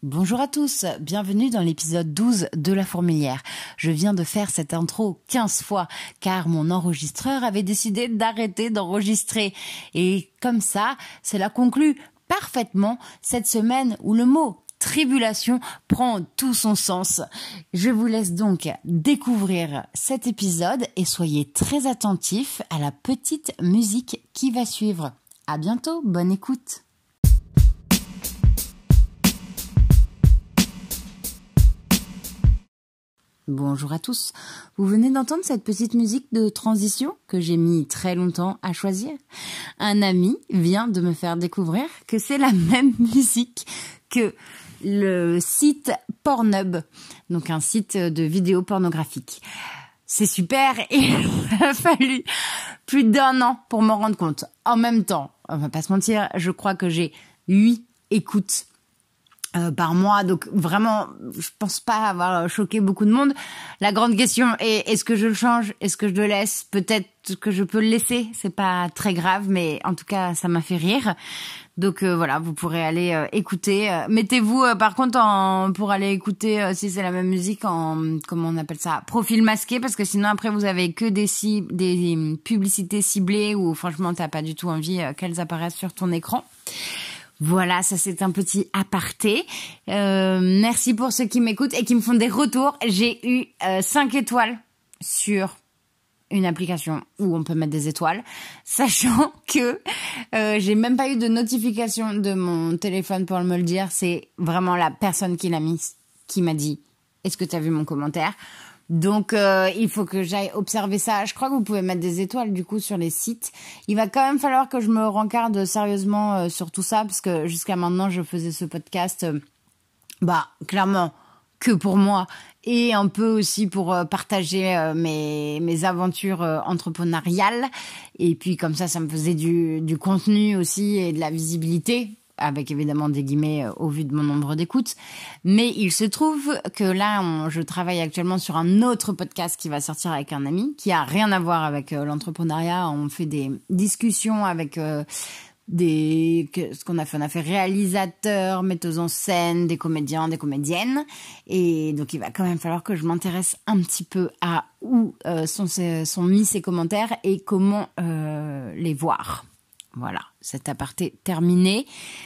Bonjour à tous, bienvenue dans l'épisode 12 de La Fourmilière. Je viens de faire cette intro 15 fois car mon enregistreur avait décidé d'arrêter d'enregistrer. Et comme ça, cela conclut parfaitement cette semaine où le mot tribulation prend tout son sens. Je vous laisse donc découvrir cet épisode et soyez très attentifs à la petite musique qui va suivre. À bientôt, bonne écoute. Bonjour à tous, vous venez d'entendre cette petite musique de transition que j'ai mis très longtemps à choisir. Un ami vient de me faire découvrir que c'est la même musique que le site Pornhub, donc un site de vidéos pornographiques. C'est super et il a fallu plus d'1 an pour m'en rendre compte. En même temps, on va pas se mentir, je crois que j'ai 8 écoutes par mois, donc vraiment je pense pas avoir choqué beaucoup de monde. La grande question est, est-ce que je le change, est-ce que je le laisse? Peut-être que je peux le laisser, c'est pas très grave, mais en tout cas ça m'a fait rire. Donc voilà, vous pourrez aller écouter. Mettez-vous par contre pour aller écouter si c'est la même musique en comment on appelle ça, profil masqué, parce que sinon après vous avez que des publicités ciblées où franchement t'as pas du tout envie qu'elles apparaissent sur ton écran. Voilà, ça c'est un petit aparté. Merci pour ceux qui m'écoutent et qui me font des retours. J'ai eu 5 étoiles sur une application où on peut mettre des étoiles, sachant que j'ai même pas eu de notification de mon téléphone pour me le dire. C'est vraiment la personne qui l'a mis qui m'a dit « Est-ce que tu as vu mon commentaire ?» Donc il faut que j'aille observer ça. Je crois que vous pouvez mettre des étoiles du coup sur les sites. Il va quand même falloir que je me rencarde sérieusement sur tout ça, parce que jusqu'à maintenant je faisais ce podcast clairement que pour moi et un peu aussi pour partager mes aventures entrepreneuriales. Et puis comme ça me faisait du contenu aussi et de la visibilité, avec évidemment des guillemets au vu de mon nombre d'écoutes. Mais il se trouve que là, je travaille actuellement sur un autre podcast qui va sortir avec un ami, qui a rien à voir avec l'entrepreneuriat. On fait des discussions avec ce qu'on a fait. On a fait réalisateur, metteuse en scène, des comédiens, des comédiennes. Et donc, il va quand même falloir que je m'intéresse un petit peu à où sont mis ces commentaires et comment les voir. Voilà, cet aparté terminé.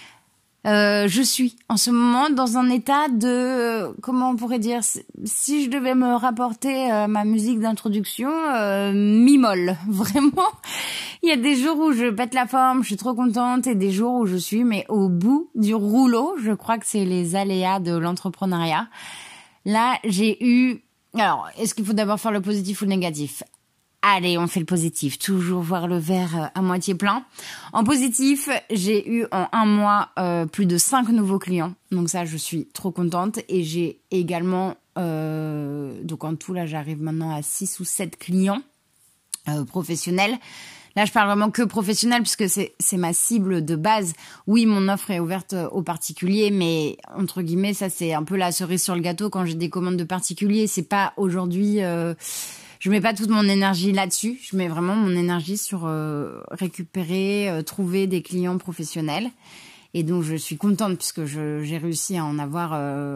Je suis en ce moment dans un état de, comment on pourrait dire, si je devais me rapporter ma musique d'introduction, mi-molle. Vraiment, il y a des jours où je pète la forme, je suis trop contente, et des jours où je suis mais au bout du rouleau. Je crois que c'est les aléas de l'entrepreneuriat. Là, j'ai eu... Alors, est-ce qu'il faut d'abord faire le positif ou le négatif ? Allez, on fait le positif. Toujours voir le verre à moitié plein. En positif, j'ai eu en 1 mois plus de 5 nouveaux clients. Donc ça, je suis trop contente. Et j'ai également, donc en tout, là, j'arrive maintenant à 6 ou 7 clients professionnels. Là, je parle vraiment que professionnel puisque c'est ma cible de base. Oui, mon offre est ouverte aux particuliers, mais entre guillemets, ça, c'est un peu la cerise sur le gâteau quand j'ai des commandes de particuliers. C'est pas aujourd'hui... Je mets pas toute mon énergie là-dessus. Je mets vraiment mon énergie sur récupérer, trouver des clients professionnels. Et donc, je suis contente puisque j'ai réussi à en avoir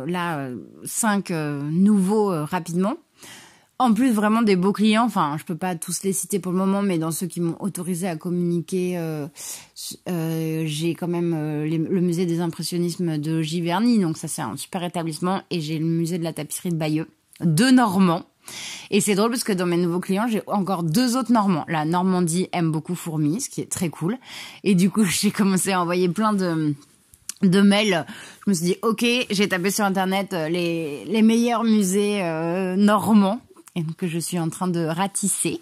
5 nouveaux rapidement. En plus, vraiment des beaux clients. Enfin, je peux pas tous les citer pour le moment, mais dans ceux qui m'ont autorisé à communiquer, j'ai quand même le musée des impressionnismes de Giverny. Donc ça, c'est un super établissement. Et j'ai le musée de la tapisserie de Bayeux, de Normand. Et c'est drôle parce que dans mes nouveaux clients, j'ai encore 2 autres Normands. La Normandie aime beaucoup Fourmi, ce qui est très cool. Et du coup, j'ai commencé à envoyer plein de mails. Je me suis dit, ok, j'ai tapé sur Internet les meilleurs musées normands, et donc que je suis en train de ratisser.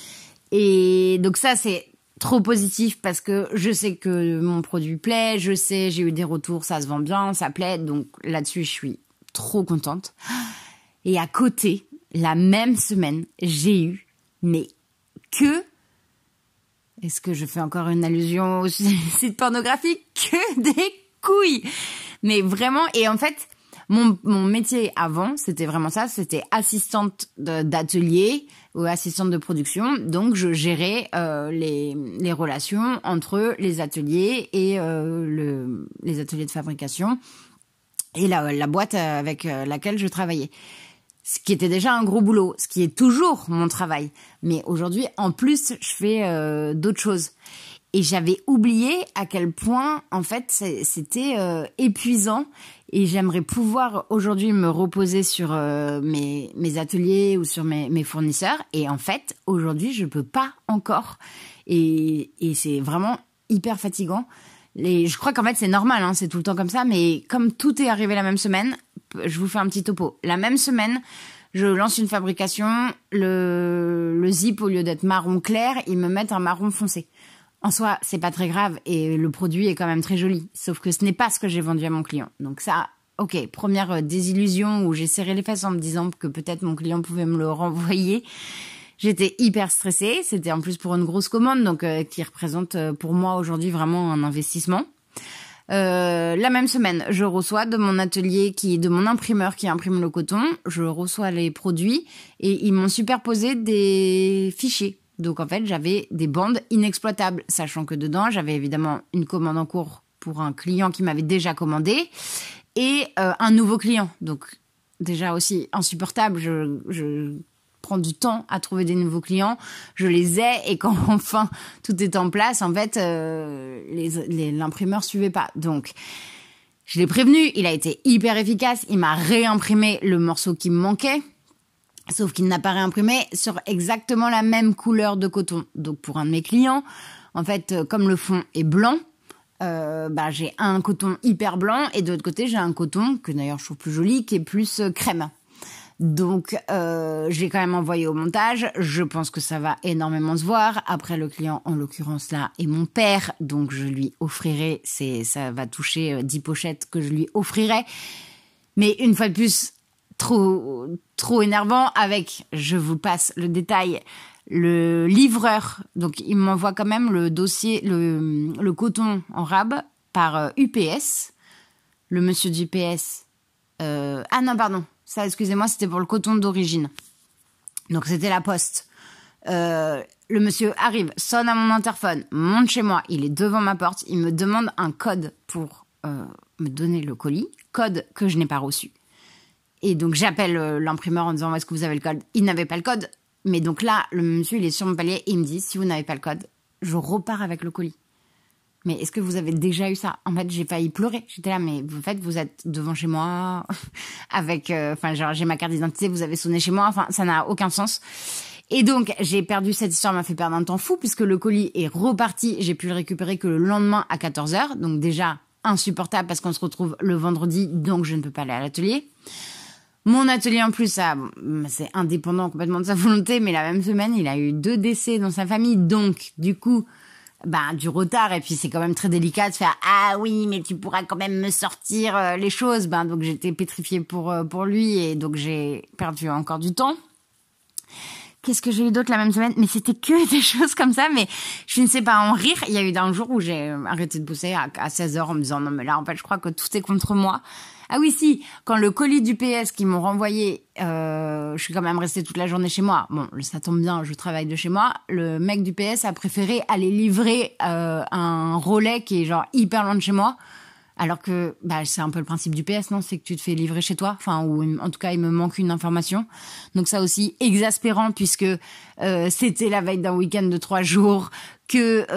Et donc ça, c'est trop positif parce que je sais que mon produit plaît, j'ai eu des retours, ça se vend bien, ça plaît. Donc là-dessus, je suis trop contente. Et à côté... La même semaine, j'ai eu, mais est-ce que je fais encore une allusion au site pornographique? Que des couilles! Mais vraiment, et en fait, mon métier avant, c'était vraiment ça, c'était assistante d'atelier ou assistante de production. Donc, je gérais les relations entre les ateliers et les ateliers de fabrication et la boîte avec laquelle je travaillais. Ce qui était déjà un gros boulot, ce qui est toujours mon travail. Mais aujourd'hui, en plus, je fais d'autres choses. Et j'avais oublié à quel point, en fait, c'était épuisant. Et j'aimerais pouvoir aujourd'hui me reposer sur mes ateliers ou sur mes fournisseurs. Et en fait, aujourd'hui, je peux pas encore. Et c'est vraiment hyper fatigant. Je crois qu'en fait, c'est normal, hein, c'est tout le temps comme ça. Mais comme tout est arrivé la même semaine, je vous fais un petit topo. La même semaine, je lance une fabrication. Le zip, au lieu d'être marron clair, ils me mettent un marron foncé. En soi, c'est pas très grave et le produit est quand même très joli. Sauf que ce n'est pas ce que j'ai vendu à mon client. Donc ça, ok, première désillusion où j'ai serré les fesses en me disant que peut-être mon client pouvait me le renvoyer. J'étais hyper stressée. C'était en plus pour une grosse commande, donc qui représente pour moi aujourd'hui vraiment un investissement. La même semaine, je reçois de mon atelier, de mon imprimeur qui imprime le coton, je reçois les produits et ils m'ont superposé des fichiers. Donc en fait, j'avais des bandes inexploitables, sachant que dedans, j'avais évidemment une commande en cours pour un client qui m'avait déjà commandé et un nouveau client. Donc déjà aussi insupportable, je prends du temps à trouver des nouveaux clients, je les ai et quand enfin tout est en place, en fait, l'imprimeur suivait pas. Donc je l'ai prévenu, il a été hyper efficace, il m'a réimprimé le morceau qui me manquait. Sauf qu'il n'a pas réimprimé sur exactement la même couleur de coton. Donc pour un de mes clients, en fait, comme le fond est blanc, j'ai un coton hyper blanc et de l'autre côté, j'ai un coton que d'ailleurs je trouve plus joli, qui est plus crème. Donc j'ai quand même envoyé au montage. Je pense que ça va énormément se voir. Après, le client, en l'occurrence là, est mon père, donc je lui offrirai. Ça va toucher 10 pochettes que je lui offrirai. Mais une fois de plus, trop énervant avec, je vous passe le détail, le livreur. Donc, il m'envoie quand même le dossier, le coton en rab par UPS. Le monsieur du UPS. Ah non, pardon. Ça, excusez-moi, c'était pour le coton d'origine. Donc, c'était la poste. Le monsieur arrive, sonne à mon interphone, monte chez moi. Il est devant ma porte. Il me demande un code pour me donner le colis. Code que je n'ai pas reçu. Et donc, j'appelle l'imprimeur en disant « Est-ce que vous avez le code ?» Il n'avait pas le code. Mais donc là, le monsieur, il est sur mon palier et il me dit « Si vous n'avez pas le code, je repars avec le colis. » Mais est-ce que vous avez déjà eu ça? En fait, j'ai failli pleurer. J'étais là, mais en fait, vous êtes devant chez moi avec... genre, j'ai ma carte d'identité, vous avez sonné chez moi. Enfin, ça n'a aucun sens. Et donc, j'ai perdu cette histoire, m'a fait perdre un temps fou puisque le colis est reparti. J'ai pu le récupérer que le lendemain à 14h. Donc déjà, insupportable parce qu'on se retrouve le vendredi, donc je ne peux pas aller à l'atelier. Mon atelier, en plus, c'est indépendant complètement de sa volonté, mais la même semaine, il a eu 2 décès dans sa famille. Donc, du coup, du retard. Et puis, c'est quand même très délicat de faire « Ah oui, mais tu pourras quand même me sortir les choses. » Donc, j'étais pétrifiée pour lui et donc j'ai perdu encore du temps. Qu'est-ce que j'ai eu d'autre la même semaine? Mais c'était que des choses comme ça, mais je finissais par en rire. Il y a eu un jour où j'ai arrêté de bosser à 16h en me disant « Non, mais là, en fait, je crois que tout est contre moi. » Ah oui, si, quand le colis du PS qu'ils m'ont renvoyé, je suis quand même restée toute la journée chez moi. Bon, ça tombe bien, je travaille de chez moi. Le mec du PS a préféré aller livrer un relais qui est genre hyper loin de chez moi. Alors que c'est un peu le principe du PS, non? C'est que tu te fais livrer chez toi. Enfin, ou en tout cas, il me manque une information. Donc ça aussi, exaspérant, puisque c'était la veille d'un week-end de 3 jours, que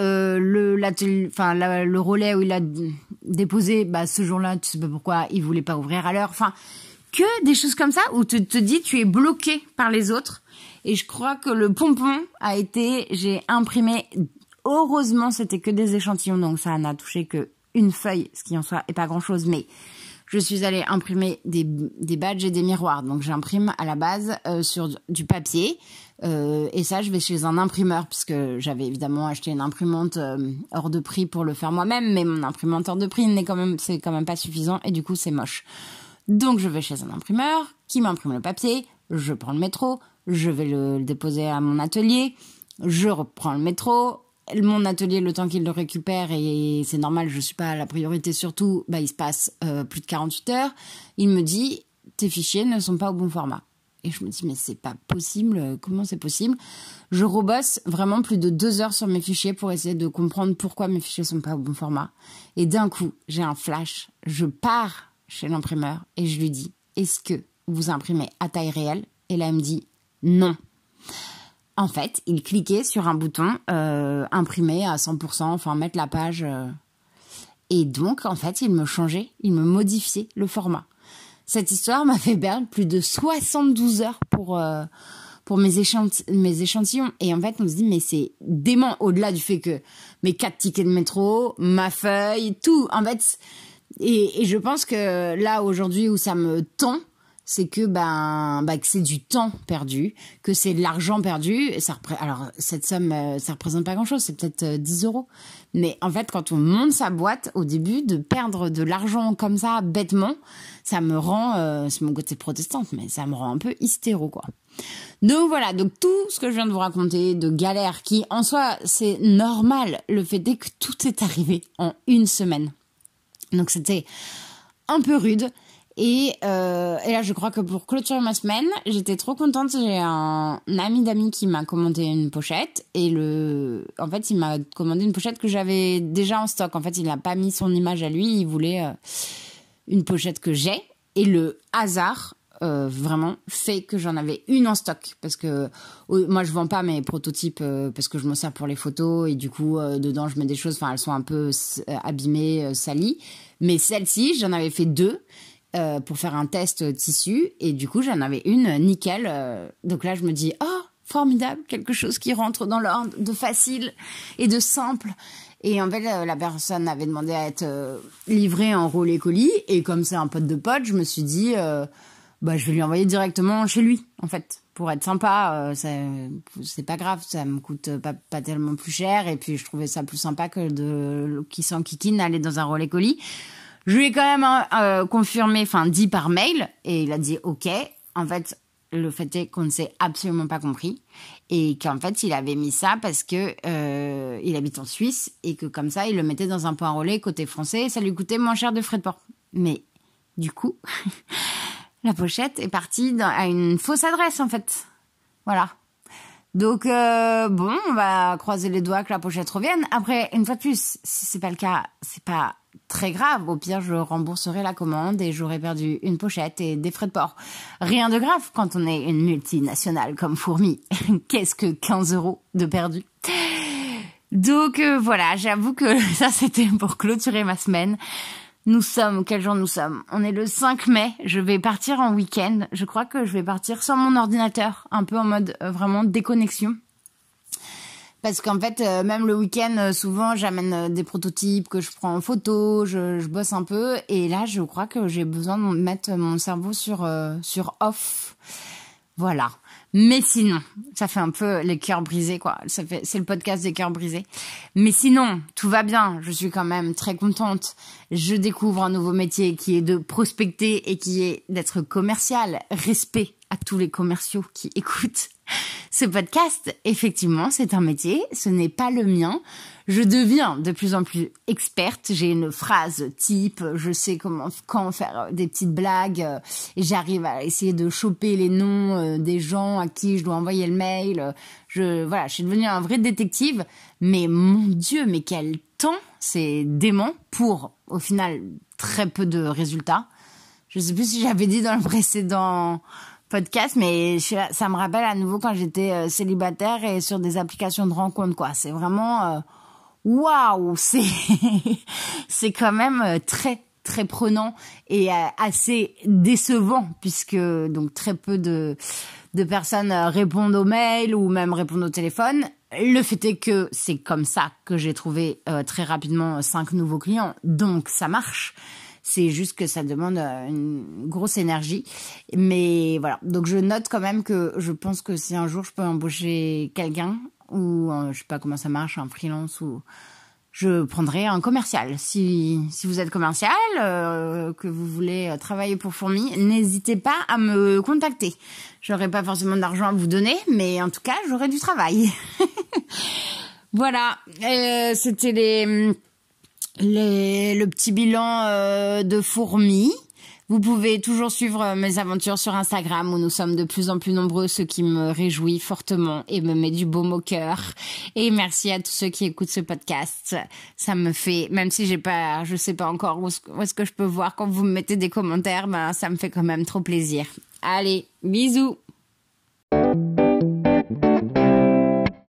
le relais où il a déposé, ce jour-là, tu sais pas pourquoi, il voulait pas ouvrir à l'heure. Enfin, que des choses comme ça, où tu te dis, tu es bloqué par les autres. Et je crois que le pompon j'ai imprimé, heureusement, c'était que des échantillons, donc ça n'a touché que une feuille, ce qui en soit est pas grand chose, mais je suis allée imprimer des badges et des miroirs. Donc j'imprime à la base sur du papier et ça je vais chez un imprimeur puisque j'avais évidemment acheté une imprimante hors de prix pour le faire moi-même, mais mon imprimante hors de prix c'est quand même pas suffisant et du coup c'est moche. Donc je vais chez un imprimeur qui m'imprime le papier, je prends le métro, je vais le déposer à mon atelier, je reprends le métro. Mon atelier, le temps qu'il le récupère, et c'est normal, je suis pas la priorité surtout, il se passe plus de 48 heures. Il me dit, tes fichiers ne sont pas au bon format. Et je me dis, mais c'est pas possible, comment c'est possible? Je rebosse vraiment plus de 2 heures sur mes fichiers pour essayer de comprendre pourquoi mes fichiers sont pas au bon format. Et d'un coup, j'ai un flash, je pars chez l'imprimeur et je lui dis « Est-ce que vous imprimez à taille réelle ?» Et là, elle me dit « Non ». En fait, il cliquait sur un bouton imprimer à 100%, enfin mettre la page. Et donc, en fait, il me modifiait le format. Cette histoire m'a fait perdre plus de 72 heures pour mes échantillons. Et en fait, on se dit, mais c'est dément, au-delà du fait que mes 4 tickets de métro, ma feuille, tout. En fait, et je pense que là, aujourd'hui, où ça me tend, c'est que que c'est du temps perdu, que c'est de l'argent perdu. Et alors cette somme, ça représente pas grand-chose, c'est peut-être 10 €. Mais en fait, quand on monte sa boîte, au début, de perdre de l'argent comme ça, bêtement, ça me rend, c'est mon côté protestante, mais ça me rend un peu hystéro, quoi. Donc voilà, donc tout ce que je viens de vous raconter, de galère, qui en soi, c'est normal. Le fait est que tout est arrivé en une semaine. Donc c'était un peu rude. Et là, je crois que pour clôturer ma semaine, j'étais trop contente. J'ai un ami d'amis qui m'a commandé une pochette. Et en fait, il m'a commandé une pochette que j'avais déjà en stock. En fait, il n'a pas mis son image à lui. Il voulait une pochette que j'ai. Et le hasard, vraiment, fait que j'en avais une en stock. Parce que moi, je vends pas mes prototypes parce que je m'en sers pour les photos. Et du coup, dedans, je mets des choses. Enfin, elles sont un peu abîmées, salies. Mais celle-ci, j'en avais fait 2. Pour faire un test tissu et du coup j'en avais une nickel, donc là je me dis oh formidable, quelque chose qui rentre dans l'ordre de facile et de simple. Et en fait la personne avait demandé à être livrée en relais colis et comme c'est un pote de pote, je me suis dit je vais lui envoyer directement chez lui en fait pour être sympa. C'est pas grave, ça me coûte pas tellement plus cher et puis je trouvais ça plus sympa que de qui s'enquiquine aller dans un relais colis. Je lui ai quand même confirmé, dit par mail, et il a dit OK. En fait, le fait est qu'on ne s'est absolument pas compris, et qu'en fait, il avait mis ça parce que il habite en Suisse, et que comme ça, il le mettait dans un point relais côté français, et ça lui coûtait moins cher de frais de port. Mais du coup, la pochette est partie à une fausse adresse, en fait. Voilà. Donc on va croiser les doigts que la pochette revienne. Après, une fois de plus, si c'est pas le cas, c'est pas très grave. Au pire, je rembourserai la commande et j'aurai perdu une pochette et des frais de port. Rien de grave quand on est une multinationale comme Fourmi. Qu'est-ce que 15 € de perdu? Donc voilà, j'avoue que ça c'était pour clôturer ma semaine. Quel jour nous sommes? On est le 5 mai, je vais partir en week-end. Je crois que je vais partir sans mon ordinateur, un peu en mode vraiment déconnexion. Parce qu'en fait, même le week-end, souvent, j'amène des prototypes que je prends en photo, je bosse un peu. Et là, je crois que j'ai besoin de mettre mon cerveau sur off. Voilà. Mais sinon, ça fait un peu les cœurs brisés, quoi. C'est le podcast des cœurs brisés. Mais sinon, tout va bien. Je suis quand même très contente. Je découvre un nouveau métier qui est de prospecter et qui est d'être commercial. Respect à tous les commerciaux qui écoutent ce podcast. Effectivement, c'est un métier. Ce n'est pas le mien. Je deviens de plus en plus experte. J'ai une phrase type. Je sais quand faire des petites blagues. Et j'arrive à essayer de choper les noms des gens à qui je dois envoyer le mail. Je suis devenue un vrai détective. Mais mon Dieu, mais quel temps, c'est dément pour, au final, très peu de résultats. Je sais plus si j'avais dit dans le précédent podcast, mais ça me rappelle à nouveau quand j'étais célibataire et sur des applications de rencontres, quoi. C'est vraiment waouh, c'est quand même très très prenant et assez décevant puisque donc très peu de personnes répondent aux mails ou même répondent au téléphone. Le fait est que c'est comme ça que j'ai trouvé très rapidement 5 nouveaux clients, donc ça marche. C'est juste que ça demande une grosse énergie. Mais voilà, donc je note quand même que je pense que si un jour je peux embaucher quelqu'un, ou je sais pas comment ça marche, un freelance, ou je prendrai un commercial. Si vous êtes commercial, que vous voulez travailler pour Fourmi, n'hésitez pas à me contacter. J'aurai pas forcément d'argent à vous donner, mais en tout cas, j'aurai du travail. Voilà, c'était le petit bilan de Fourmi. Vous pouvez toujours suivre mes aventures sur Instagram où nous sommes de plus en plus nombreux, ce qui me réjouit fortement et me met du baume au cœur. Et merci à tous ceux qui écoutent ce podcast. Ça me fait, même si je sais pas encore où est-ce que je peux voir quand vous me mettez des commentaires, ça me fait quand même trop plaisir. Allez, bisous!